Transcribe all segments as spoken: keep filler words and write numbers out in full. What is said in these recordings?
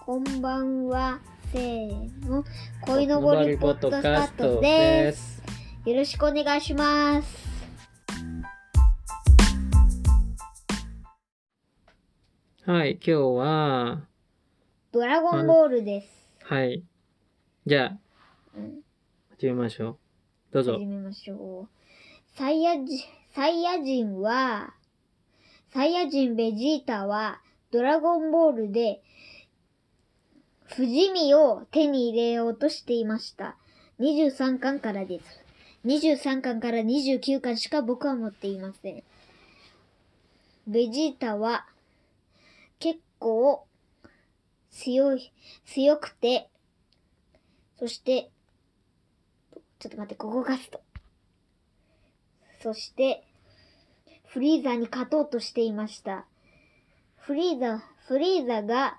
こんばんは。せーの。恋のぼりポッドキャストです。よろしくお願いします。 はい、今日はドラゴンボールです。 はい。じゃあ、 うん、 始めましょう。どうぞ。 始めましょう。サイヤ人、サイヤ人は、サイヤ人ベジータはドラゴンボールで不死身を手に入れようとしていました。にじゅうさんかんからです。にじゅうさんかんからにじゅうきゅうかんしか僕は持っていません。ベジータは結構強い、強くて、そして、ちょっと待って、ここガスト。そして、フリーザに勝とうとしていました。フリーザ、フリーザが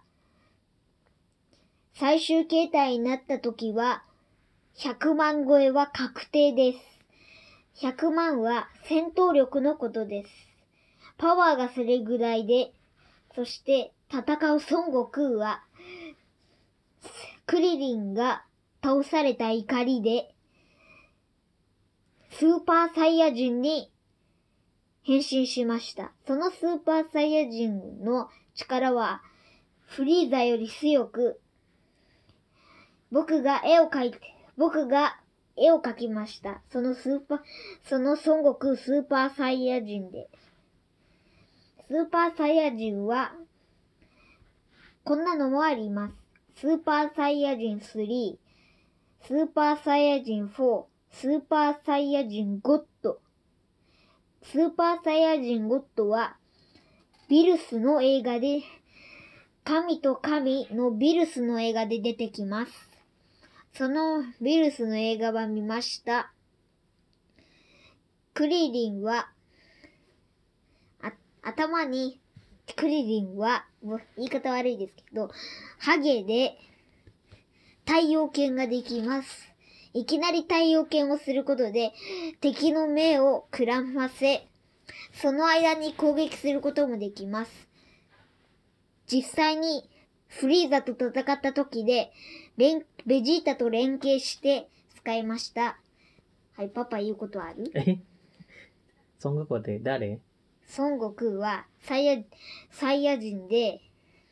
最終形態になった時は、ひゃくまん超えは確定です。ひゃくまんは戦闘力のことです。パワーがそれぐらいで、そして戦う孫悟空は、クリリンが倒された怒りで、スーパーサイヤ人に変身しました。そのスーパーサイヤ人の力は、フリーザより強く、僕が絵を描いて、僕が絵を描きました。そのスーパー、その孫悟空スーパーサイヤ人で。スーパーサイヤ人は、こんなのもあります。スーパーサイヤ人スリー、スーパーサイヤ人フォー、スーパーサイヤ人ゴッド。スーパーサイヤ人ゴッドは、ビルスの映画で、神と神のビルスの映画で出てきます。そのビルスの映画は見ました。クリリンは、あ頭に、クリリンは、言い方悪いですけど、ハゲで太陽剣ができます。いきなり太陽剣をすることで、敵の目をくらませ、その間に攻撃することもできます。実際にフリーザと戦った時で、ベジータと連携して使いました。はい、パパ言うことある？ え孫悟空って誰？ 孫悟空はサイヤ、サイヤ人で、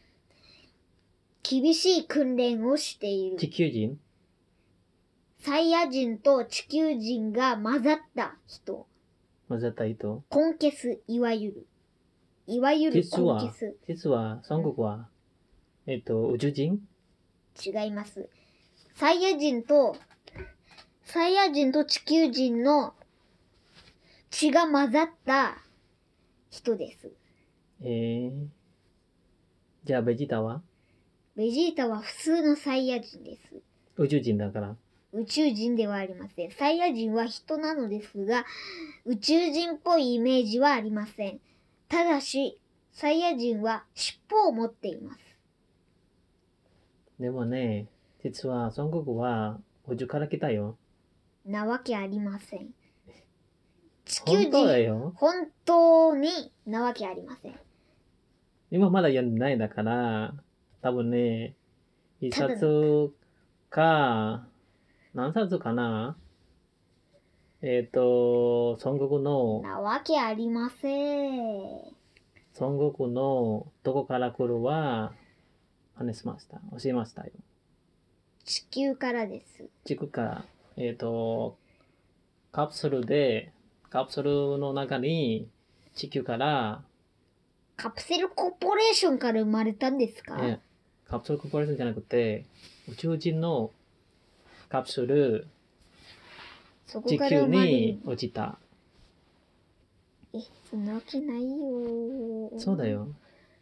厳しい訓練をしている。 地球人？ サイヤ人と地球人が混ざった人。 混ざった人？ コンケス、いわゆる。いわゆるコンケス。 実は、実は孫悟空は、えっと、宇宙人？ 違います。サイヤ人と、サイヤ人と地球人の血が混ざった人です。 えー、じゃあベジータは？ ベジータは普通のサイヤ人です。 宇宙人だから。 宇宙人ではありません。サイヤ人は人なのですが、宇宙人っぽいイメージはありません。ただし、サイヤ人は尻尾を持っています。 でもね、実は孫悟空は宇宙から来たよ。 なわけありません。地球人、 本当だよ。 本当になわけありません。 今まだ読んでないだから、多分ね、一冊か、何冊かな？えっ、ー、と、孫悟空の、 なわけありません。 孫悟空のどこから来るは、話しました。教えましたよ。 地球からです。 地球から、えっ、ー、と、カプセルで、カプセルの中に地球から、 カプセルコーポレーションから生まれたんですか？ えカプセルコーポレーションじゃなくて、宇宙人のカプセル、地球に落ちた。 え、そんなわけないよ。 そうだよ。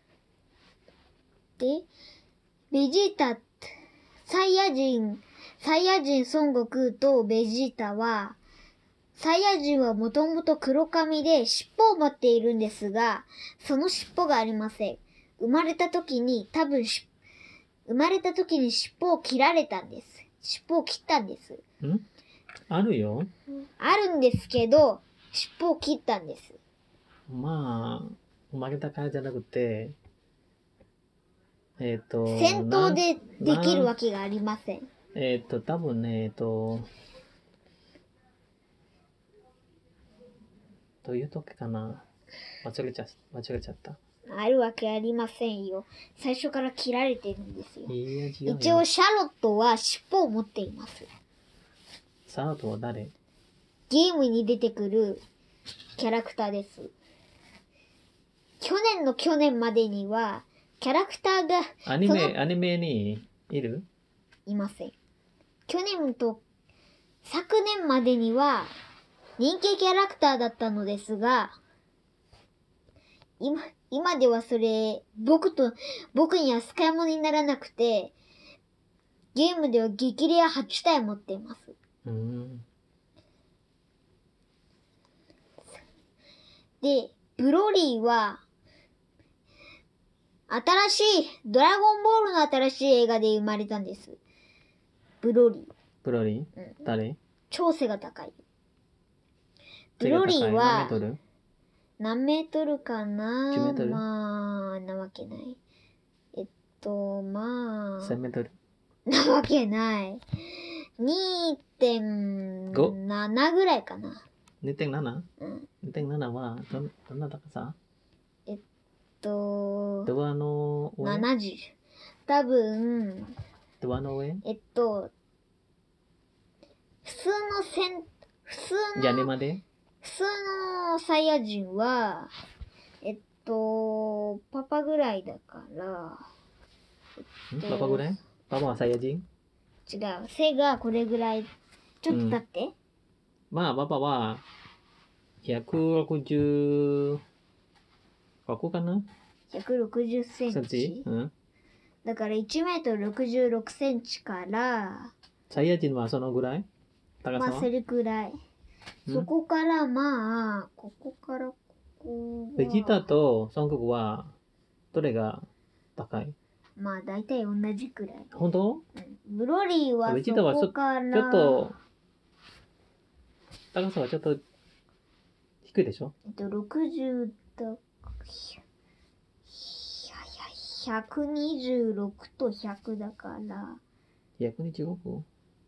で、ベジータ、サイヤ人、サイヤ人孫悟空とベジータは、サイヤ人はもともと黒髪で尻尾を持っているんですが、その尻尾がありません。生まれた時に多分し、生まれた時に尻尾を切られたんです。尻尾を切ったんです。 ん？あるよ。 あるんですけど、尻尾を切ったんです。 まあ、生まれたからじゃなくて、 えっと、 戦闘でできるなわけがありません。 えっと、多分ね、えっと、どういう時かな。間違えちゃ、間違えちゃった。 あるわけありませんよ。最初から切られてるんですよ。 いいや、違うよ。 一応シャロットは尻尾を持っています。 シャーロットは誰？ ゲームに出てくるキャラクターです。去年の去年までにはキャラクターがアニメ、アニメにいる？ いません。去年と昨年までには人気キャラクターだったのですが、今、今ではそれ、僕と、僕には使い物にならなくて、ゲームでは激レアはち体持っています。 うん。 で、ブロリーは、新しい、ドラゴンボールの新しい映画で生まれたんです。ブロリー。 ブロリー、 うん、 誰？ 超背が高い。ブロリーは、 何メートル？ 何メートルかな？ じゅうメートル？ まあ、なわけない。えっと、まあ。 せんメートル？ なわけない。にてんなな ぐらいかな。 にてんなな？ うん。 にてんなな はど、どんな高さ？ えっと、 ドアの上？ ななじゅう。多分、 ドアの上？ えっと、普通の戦、普通の、 屋根まで？ 普通のサイヤ人は、えっと、パパぐらいだから、 んパパぐらい？パパはサイヤ人？ 違う。背がこれぐらい。ちょっと立って。 うん、まあ、パパは、ひゃくろくじゅう、ここかな？ ひゃくろくじゅっセンチ。 センチ？うん。 だからいちメートルろくじゅうろくセンチから、 サイヤ人はそのぐらい？高さは？ まあ、それくらい。そこからまあ、ここからここは。 ベジータと孫悟空は、どれが高い？ まあ、大体同じくらい。 本当？ うん、ブロリーはベジータはそこからちょっと、高さはちょっと低いでしょ？ えっと、ろくじゅうだ、いやいや、ひゃくにじゅうろくとひゃくだから、 ひゃくにじゅうろく？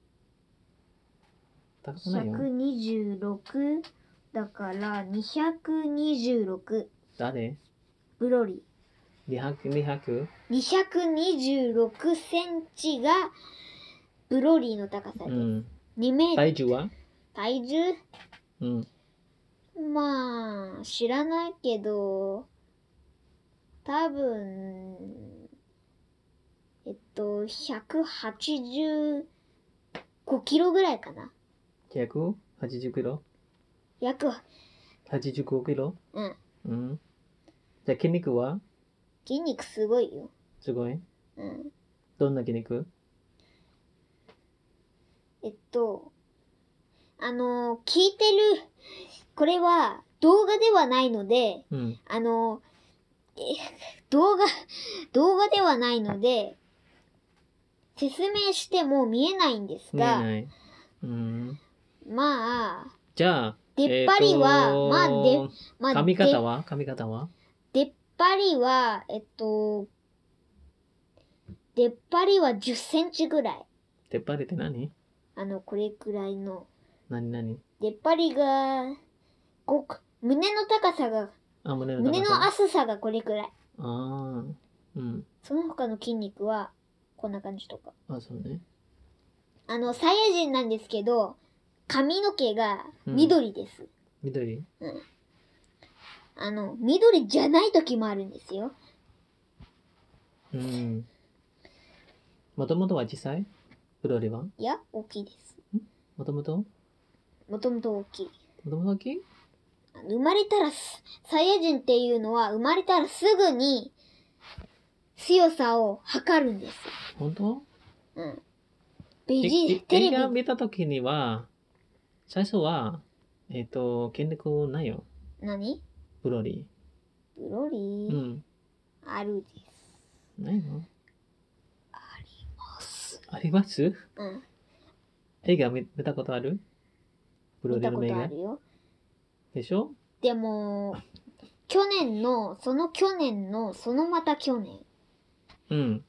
高くないよ。 ひゃくにじゅうろくだからにひゃくにじゅうろく。 誰？ ブロリー。 にひゃく、にひゃく？ にひゃくにじゅうろくセンチがブロリーの高さです。うん、にメートル。 体重は？ 体重？ うん。 まあ、知らないけど、多分、えっと、ひゃくはちじゅうごキロぐらいかな。 ひゃくはちじゅうキロ？ 約はちじゅうごキロ？ うん。 うん。じゃあ筋肉は？ 筋肉すごいよ。 すごい？ うん。 どんな筋肉？ えっと、あの、聞いてる、これは動画ではないので、 うん、 あの、え、動画、動画ではないので、説明しても見えないんですが、 見えない。うん、 まあ、 じゃあ、 出っ張りは、 えー、 まあ、で、まあ、 髪型は髪型は出っ張りは、えっと、出っ張りはじゅっセンチぐらい。 出っ張りって何？ あの、これくらいの。 何何？ 出っ張りが、ごく、胸の高さが、 あ、胸の高さ。 胸の厚さがこれくらい。 ああ、うん。 その他の筋肉は、こんな感じとか。 あ、そうね。 あの、サイヤ人なんですけど、髪の毛が緑です。うん、 緑？ うん。あの、緑じゃない時もあるんですよ。 うん。もともとは小さい？ブロリーは？ いや、大きいです。 もともと？ もともと大きい。 もともと大きい？ 生まれたら、サイヤ人っていうのは生まれたらすぐに強さを測るんです。 本当？ うん。ベジ、テレビ。 映画見たときには、最初は、えっと、筋肉ないよ。 何？ ブロリー。ブロリー？うん。あるです。 ないの？ あります。 あります？ うん。 映画見たことある？ブロリーの映画。 見たことあるよ。 でしょ？ でも、去年の、その去年の、そのまた去年。 うん。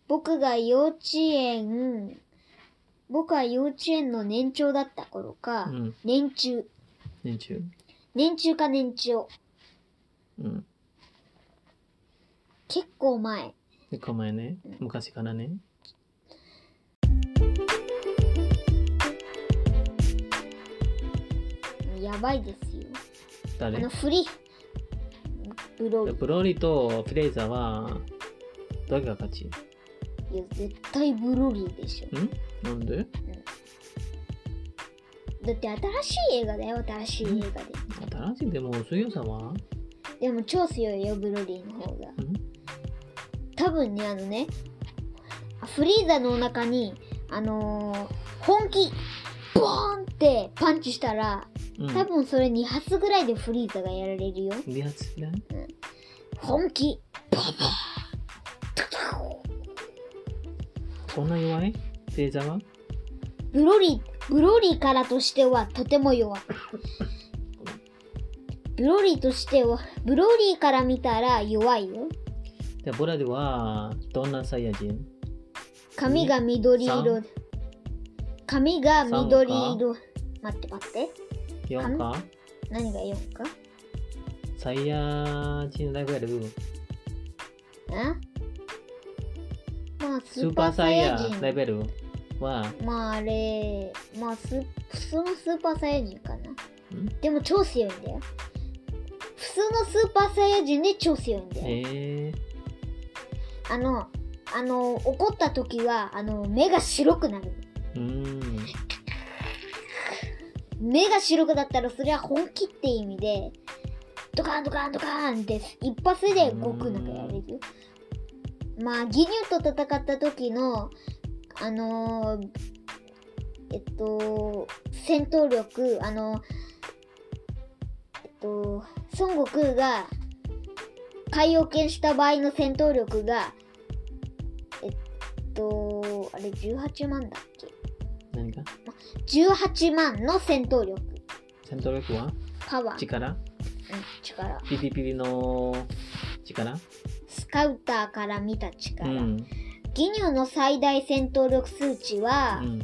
僕が幼稚園、僕は幼稚園の年長だった頃か、 うん。 年中。 年中。 年中か年長。 うん。 結構前。 結構前ね。昔からね。 やばいですよ。あ誰の、フリ、ブロリー。 ブロリーとフレーザーは、どれが勝ち？ いや、絶対ブロリーでしょ。 んなんで？ だって新しい映画だよ、新しい映画で。 新しいでも強さは？ でも超強いよ、ブロリーの方が。 ん多分ね、あのね、フリーザのお腹に、あのー、本気、ボーンってパンチしたら、 うん、 多分それに発ぐらいでフリーザがやられるよ。 に発ぐらい？うん、 本気、ババー。 そんな弱い？フレーザーは？ ブロリー、ブロリーからとしてはとても弱い。ブロリーとしては、ブロリーから見たら弱いよ。 で、ブロリーはどんなサイヤ人？ 髪が緑色。髪が緑色。待って待って。 よんか？ 何がよんか？ サイヤ人レベル。 え？まあ、 スーパーサイヤレベルは、 まああれ、まあス普通のスーパーサイヤ人かな。でも超強いんだよ。普通のスーパーサイヤ人で超強いんだよ。 えー、 あの、あの、怒った時は、あの、目が白くなる。 うーん。 目が白くなったら、それは本気って意味で、ドカンドカンドカンって一発で悟空なんかやれるよ。まあ、ギニューと戦った時の、あのー、えっと、戦闘力、あの、えっと、孫悟空が海洋圏した場合の戦闘力が、えっと、あれじゅうはちまんだっけ？ 何か？ じゅうはちまんの戦闘力。 戦闘力は？ パワー。 力？ うん、力。 ピピピピの力？ スカウターから見た力。 うん、 ギニューの最大戦闘力数値は、うん、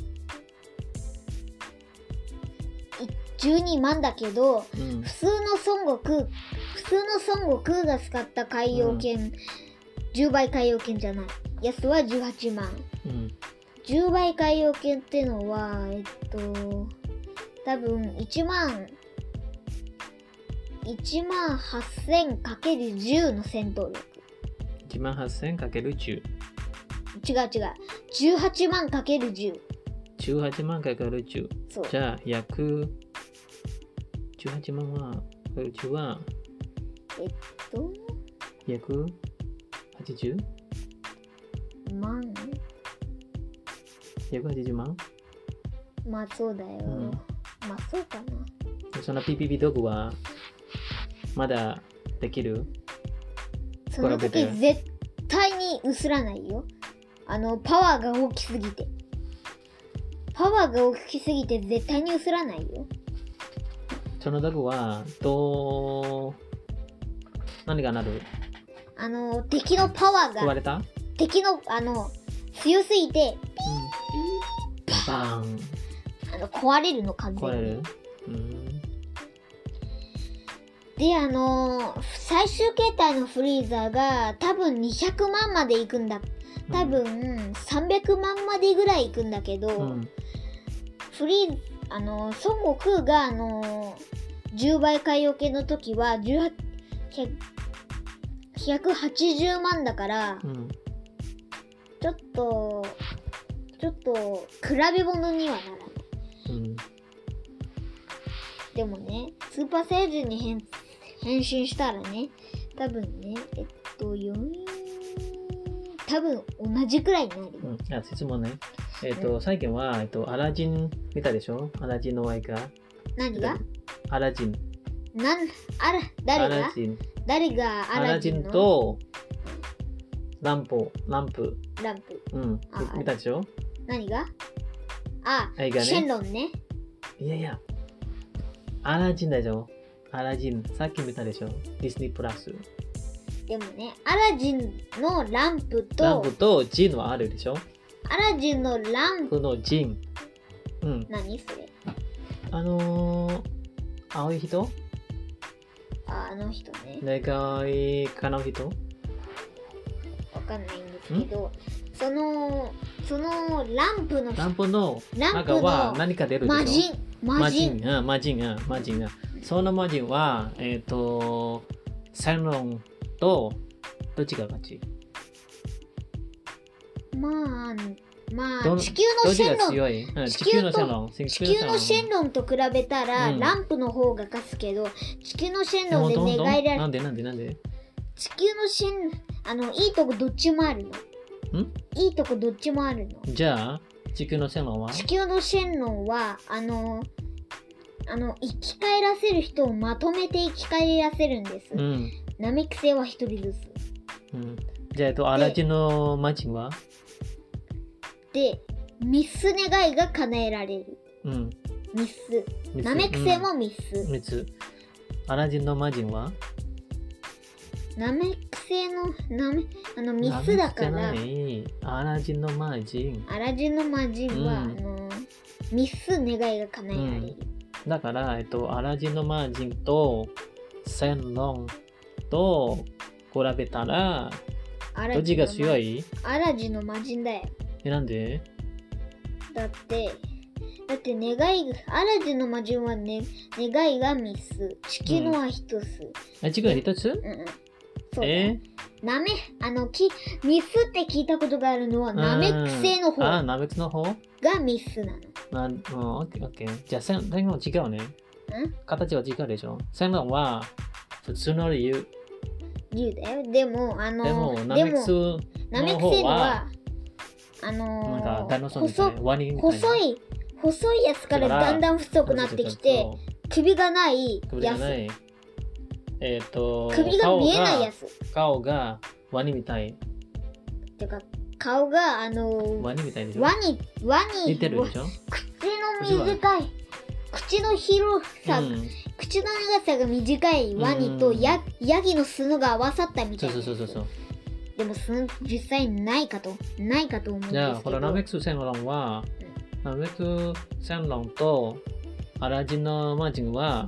じゅうにまんだけど、うん、普通の孫悟空、普通の孫悟空が使った海洋圏、うん、じゅうばい海洋圏じゃないやつはじゅうはちまん。うん、じゅうばい海洋圏ってのは、えっと、多分いちまん、いちまんはっせんかけるじゅうの戦闘力。 いちまんはっせんかけるじゅう。 違う違う。じゅうはちまんかけるじゅう。 じゅうはちまんかけるじゅう。 そう。 じゃあ、約、じゅうはちまんは、じゅうは、 えっと、 約、はちじゅう万約はちじゅうまんまあそうだよ。うん、まあそうかな。 その ピーピーピー 道具は、まだできる？ その時絶対に薄らないよ。あの、パワーが大きすぎて。パワーが大きすぎて絶対に薄らないよ。 その道具は、どう、何がなる？ あの、敵のパワーが、 壊れた？ 敵の、あの、強すぎて、 ピーン、バーン。 あの、壊れるの完全に。 壊れる？うん。 で、あのー、最終形態のフリーザーが多分にひゃくまんまでいくんだ。多分さんびゃくまんまでぐらいいくんだけど、うん、フリー、あのー、孫悟空が、あのー、じゅうばい海洋系の時はひゃくはちじゅうまんだから、うん、ちょっと、ちょっと比べ物にはならない。うん、でもね、スーパーサイヤ人に変変身したらね、多分ね、えっと、よん、多分同じくらいになるよ。 うん、あ、質問ね。えっと、最近は、えっと、アラジン見たでしょ？アラジンの映画。 何が？ アラジン。 なん、あら、誰が？ アラジン。 誰がアラジンの？ アラジンと、ランプ、ランプ。 ランプ。 うん、見たでしょ？ 何が？あ、 映画ね。 シェンロンね。 いやいや、アラジンだよ。アラジン、さっき見たでしょ？ディズニープラス。 でもね、アラジンのランプと、 ランプとジンはあるでしょ。 アラジンのランプ、 このジン。うん。 何それ？ あのー、青い人？ あ、あの人ね。 長いかの人？ わかんないんですけど、その、そのランプのランプのランプ中はの何か出るでしょ。 魔人、魔人。 魔人、うん、魔人、うん、魔人。その魔人は、えっ、ー、と、センロンと、どっちが勝ち？ まあ、まあ、 ど地球のシェンロン、 強い、うん、 地球と地球のシェンロン、 地球のシェンロンと比べたら、 うんランプの方が勝つけど、地球のシェンでもロンでどんどん寝返られなんでなんでなんで地球のシェン、あの、いいとこどっちもあるの。 んいいとこどっちもあるの。 じゃあ、地球のシェンロンは地球のシェンロンは、あの、あの、生き返らせる人をまとめて生き返らせるんです。 うん。 ナメク星は一人ずつ。 うん。じゃあ、えっと、アラジンの魔人はで、ミス願いが叶えられる。 うん。 ミス。 ミスナメク星もミス。 うん、ミス。アラジンの魔人はナメク星の、ナメ、あの、ミスだから、 ナメク星じゃない。アラジンの魔人。 アラジンの魔人は、 うんあの、ミス願いが叶えられる。 うん、だから、えっと、アラジンの魔人とセンロンと比べたら、どっちが強い？ アラジンの魔人だよ。 え、なんで？ だって、だって願いが、アラジンの魔人はね、願いがミス。地球のは一つ。 あ、違う、一つ？ うんうん。そうだよ。 えなめ、あの、き、ミスって聞いたことがあるのは、ナメク星の方あ、ナメクの方がミスなの。 あ、うん、オッケー、オッケー。じゃあ、センロン違うね。 ん形は違うでしょ。センロンは普通の理由。 理由だよ。でも、あの、 でも、ナメク星ナメのク星のは方は、、 あのー、 なんか、ダイノソーみたいな、ワニみたいな。 細い、細いやつからだんだん太くなってきて、首がないやつ。 首がない。えっ、ー、と、 首が見えないやつ。 顔がワニみたい。 てか、顔が、あのー、 ワニみたいでしょ。 ワニ、ワニ、 似てるでしょ。 口の短い、口の広さ、うん、口の長さが短いワニとヤ、ヤギの角が合わさったみたいな。 そうそうそうそう。 でもその実際ないかとないかと思うんですけど。 じゃあ、このナメクスセンロンは、うん、ナメクスセンロンとアラジンの魔人は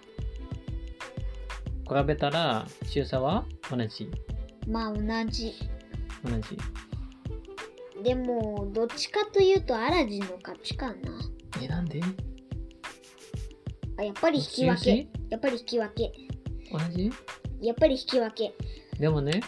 比べたら強さは同じ。 まあ同じ。 同じ。 でもどっちかというとアラジンの勝ちかな。 え、なんで？ あ、やっぱり引き分け。やっぱり引き分け。 同じ？ やっぱり引き分け。 でもね。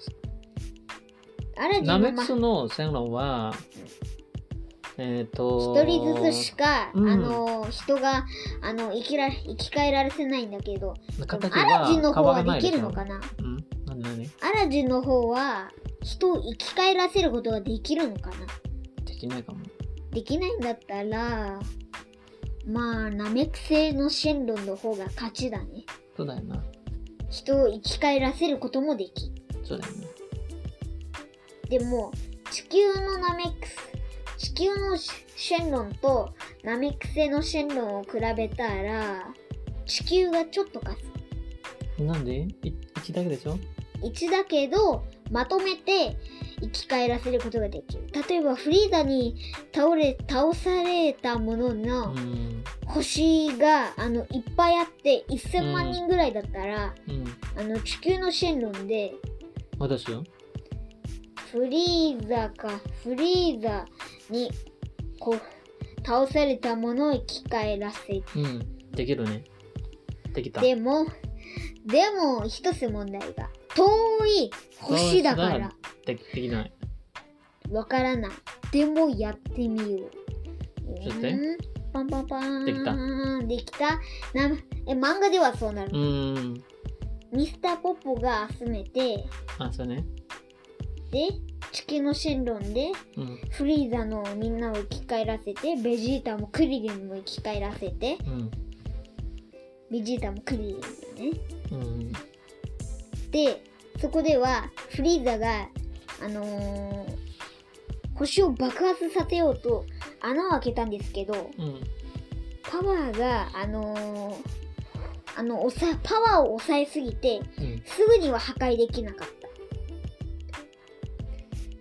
アラジンのナメクスのセンロンは、うん、えっ、ー、と一人ずつしか、 うん、 あの人があの生きら生き返られせないんだけど、 アラジンの方はできるのかな？ うん、何何？ アラジンの方は人を生き返らせることができるのかな？ できないかも。 できないんだったら、まあナメク星のシェンロンの方が勝ちだね。 そうだよな。 人を生き返らせることもできる。 そうだよな。 でも地球のナメクス地球のシェンロンとナメク星のシェンロンを比べたら地球がちょっと勝つ。なんで？いちだけでしょ？ いちだけどまとめて生き返らせることができる。例えばフリーザに倒れ倒されたものの星があのいっぱいあってせんまんにんぐらいだったら、うん、あの地球のシェンロンで私はフリーザかフリーザにこう倒されたものを生き返らせる。 うん、できるね。できた。 でもでも一つ問題が遠い星だからできない。 わからない。でもやってみよう。 そしてパンパンパン。 できた。 できた。なえ漫画ではそうなる。 うん。 ミスターポッポが集めて。 あ、そうね。 で地球のシェンロンで、うん、フリーザのみんなを生き返らせてベジータもクリリンも生き返らせて、うん、ベジータもクリリンもね、うん、でそこではフリーザがあのー、星を爆発させようと穴を開けたんですけど、うん、パワーがあのー、 あのおさパワーを抑えすぎて、 うん、 すぐには破壊できなかった。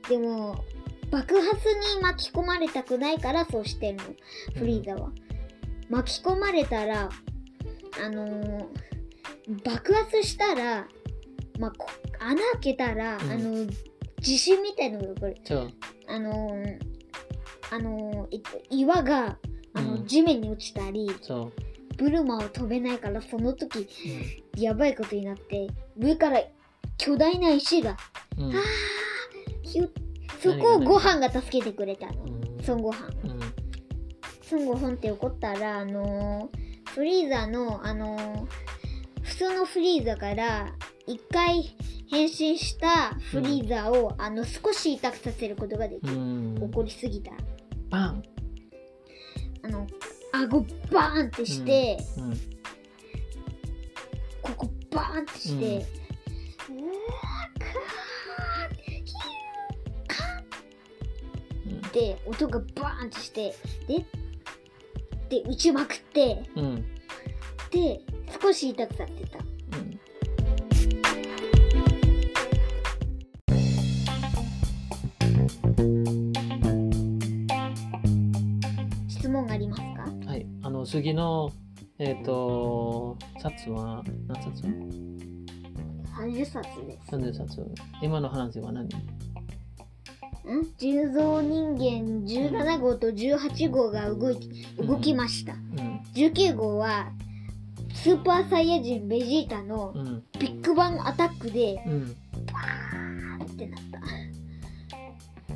でも爆発に巻き込まれたくないからそうしてるの、フリーザは。うん、巻き込まれたらあのー、爆発したら、まあ、穴開けたら、うん、あの地震みたいなのが起こる。あのー、あのー、岩があの、うん、地面に落ちたり、ブルマは飛べないから、その時、うん、やばいことになって上から巨大な石が、うん、あひゅそこをご飯が助けてくれたの、うん、孫悟飯、うん、孫悟飯って起こったら、あのー、フリーザの、あのー、普通のフリーザから一回変身したフリーザを、うん、あの少し痛くさせることができる、うん、怒りすぎたらバン、 あの顎バーンってして、うんうん、ここバーンってして、うん、うわーカーッって音がバーンってしてでで打ちまくって、うん、で少し痛くさせてた、うん、質問がありますか？ はい、あの次のえっ、ー、と冊は何冊？ さんじゅっさつです。 さんじゅっさつ。今の話は何？ん？ 人造人間じゅうななごうとじゅうはちごうが動い、うん、動きました、うん、じゅうきゅうごうはスーパーサイヤ人ベジータのビッグバンアタックで、うん、バーンってなった。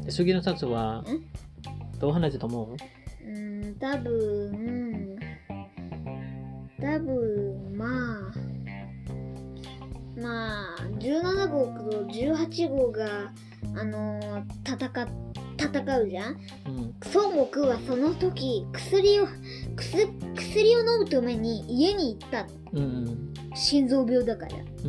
で次の冊はどう話すと思う？ うん、多分多分まあまあじゅうななごうとじゅうはちごうがあのー、戦戦うじゃん、うん、孫悟空はその時薬を 薬, 薬を飲むために家に行ったの、うん、心臓病だから、うん、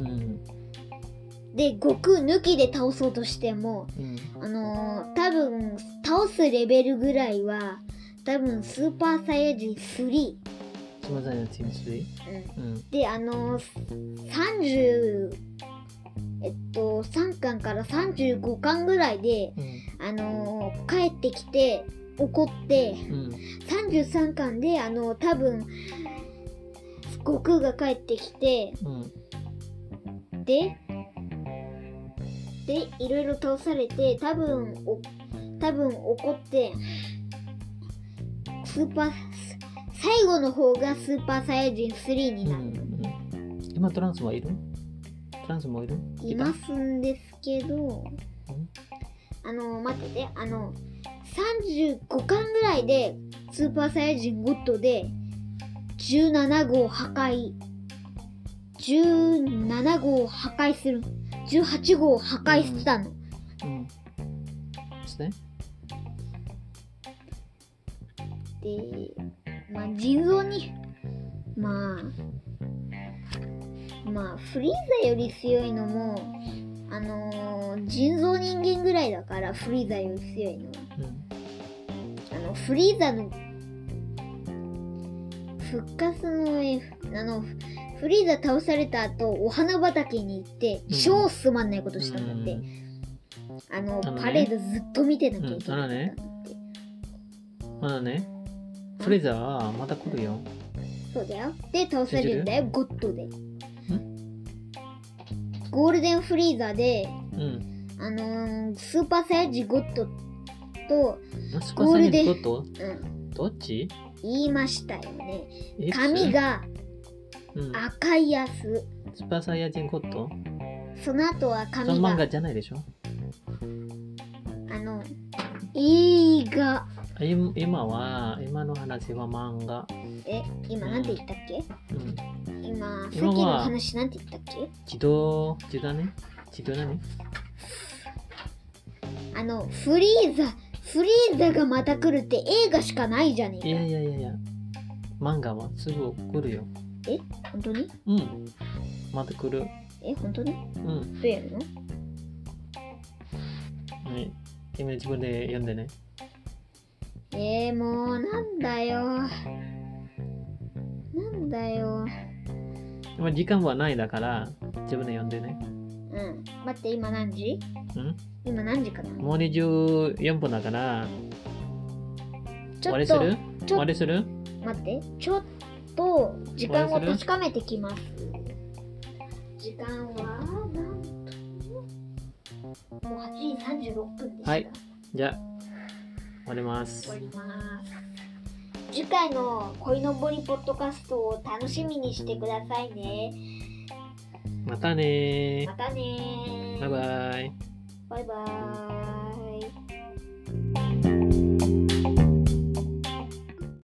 で悟空抜きで倒そうとしても、うん、あのー、多分倒すレベルぐらいは多分スーパーサイヤ人スリー、 スーパーサイヤ人スリー、 うんうん、であのー、さんじゅうえっとさんかんからさんじゅうごかんぐらいで、うん、あのー、帰ってきて怒って、うん、さんじゅうさんかんであのー、多分悟空が帰ってきて、うん、ででいろいろ倒されて多分お多分怒ってスーパー最後の方がスーパーサイヤ人スリーになる、うんうん、 今トランスはいる？トランスもいる？ いますんですけど、うん、あの待っててあのさんじゅうごかんぐらいでスーパーサイヤ人ゴッドでじゅうななごう破壊じゅうななごう破壊するじゅうはちごう破壊してたの、うんうん、 ですね。 でまあ人造にまあまあフリーザより強いのもあのー、人造人間ぐらいだからフリーザより強いのは、うん、あのフリーザの復活の絵あのフリーザ倒された後お花畑に行って、うん、超つまんないことしたんだって、うん、あのあの、ね、パレードずっと見てなきゃいけないんだって、 うん、まだねフリーザはまた来るよ。 そうだよ。で倒されるんだよゴッドで。ゴールデンフリーザで、うん、あのー、スーパーサイヤ人ゴッドとゴールデン、 うん、どっち？ 言いましたよね。髪が赤いやつ、うん、 スーパーサイヤ人ゴッド？ その後は髪がその漫画じゃないでしょ？ あの映画。 今は今の話は漫画。 え、今なんて言ったっけ？うん、今さっきの話なんて言ったっけ？ 自動自動ね自動何？ あのフリーザフリーザがまた来るって映画しかないじゃねえか。 いやいやいやいや漫画はすぐ来るよ。 え、本当に？ うん。また来る。 え、本当に？ うん。 どうやるの？ね、 君自分で読んでね。 えー、もうなんだよなんだよ今時間はないだから自分で読んでね。 うん。待って、今何時？ うん今何時かな？ もうにじゅうよんぷんだからちょっと終わりするちょ終わりする待って、ちょっと時間を終わりする確かめてきます。時間はなんともうはちじさんじゅうろっぷんでした。 はいじゃあ終わります終わります。次回の恋のぼりポッドキャストを楽しみにしてくださいね。 またねまたねー。 バイバイバイバーイ。